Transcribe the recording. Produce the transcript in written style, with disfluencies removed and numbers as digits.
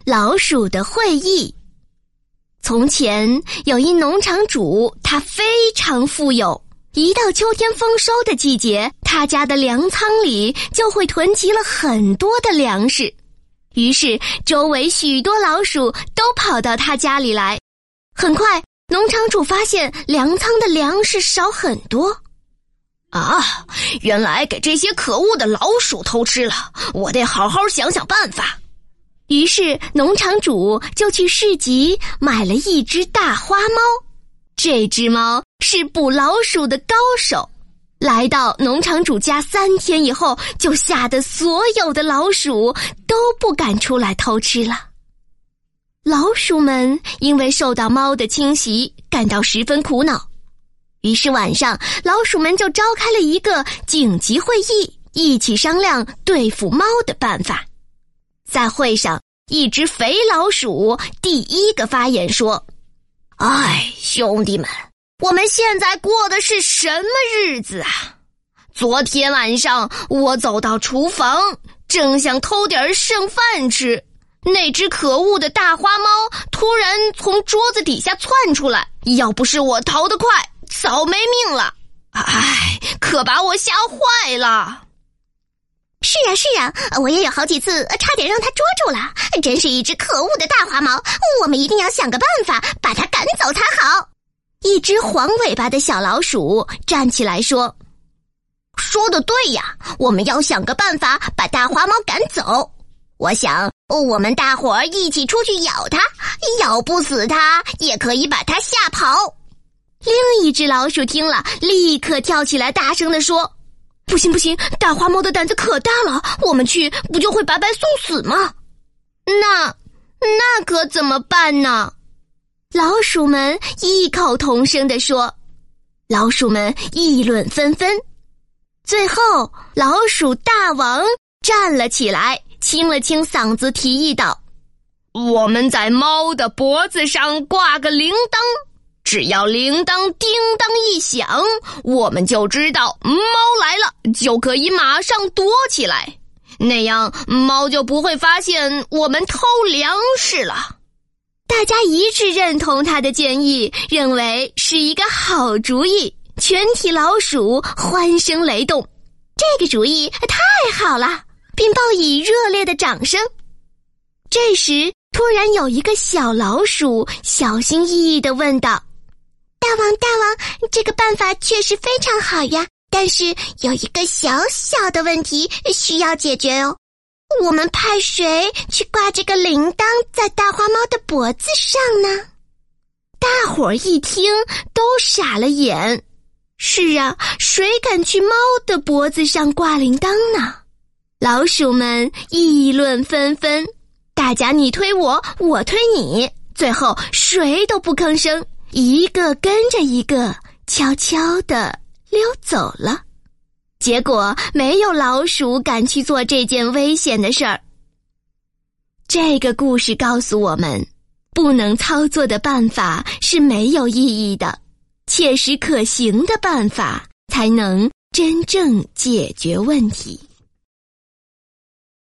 老鼠的会议。从前有一农场主，他非常富有，一到秋天丰收的季节，他家的粮仓里就会囤积了很多的粮食。于是周围许多老鼠都跑到他家里来。很快，农场主发现粮仓的粮食少很多。 原来给这些可恶的老鼠偷吃了，我得好好想想办法。 于是农场主就去市集买了一只大花猫。这只猫是捕老鼠的高手，来到农场主家3天以后，就吓得所有的老鼠都不敢出来偷吃了。老鼠们因为受到猫的侵袭，感到十分苦恼。于是晚上，老鼠们就召开了一个紧急会议，一起商量对付猫的办法。在会上，一只肥老鼠第一个发言说： 兄弟们，我们现在过的是什么日子啊？昨天晚上我走到厨房，正想偷点剩饭吃，那只可恶的大花猫突然从桌子底下窜出来，要不是我逃得快，早没命了。可把我吓坏了。 是呀，我也有好几次差点让它捉住了，真是一只可恶的大花猫，我们一定要想个办法把它赶走才好。 一只黄尾巴的小老鼠站起来说： 说得对呀，我们要想个办法把大花猫赶走。我想我们大伙儿一起出去咬它，咬不死它也可以把它吓跑。 另一只老鼠听了，立刻跳起来大声地说：不行，大花猫的胆子可大了，我们去不就会白白送死吗？ 那可怎么办呢？ 老鼠们异口同声地说。老鼠们议论纷纷。最后，老鼠大王站了起来，清了清嗓子，提议道： 我们在猫的脖子上挂个铃铛，只要铃铛叮当一响，我们就知道猫来了，就可以马上躲起来，那样猫就不会发现我们偷粮食了。 大家一致认同他的建议，认为是一个好主意，全体老鼠欢声雷动。这个主意太好了，并报以热烈的掌声。这时，突然有一个小老鼠小心翼翼地问道： 大王，这个办法确实非常好呀，但是有一个小小的问题需要解决哦。我们派谁去挂这个铃铛在大花猫的脖子上呢？ 大伙儿一听都傻了眼。是啊，谁敢去猫的脖子上挂铃铛呢？老鼠们议论纷纷，大家你推我，我推你，最后谁都不吭声，一个跟着一个悄悄地溜走了。结果没有老鼠敢去做这件危险的事儿。这个故事告诉我们，不能操作的办法是没有意义的，切实可行的办法才能真正解决问题。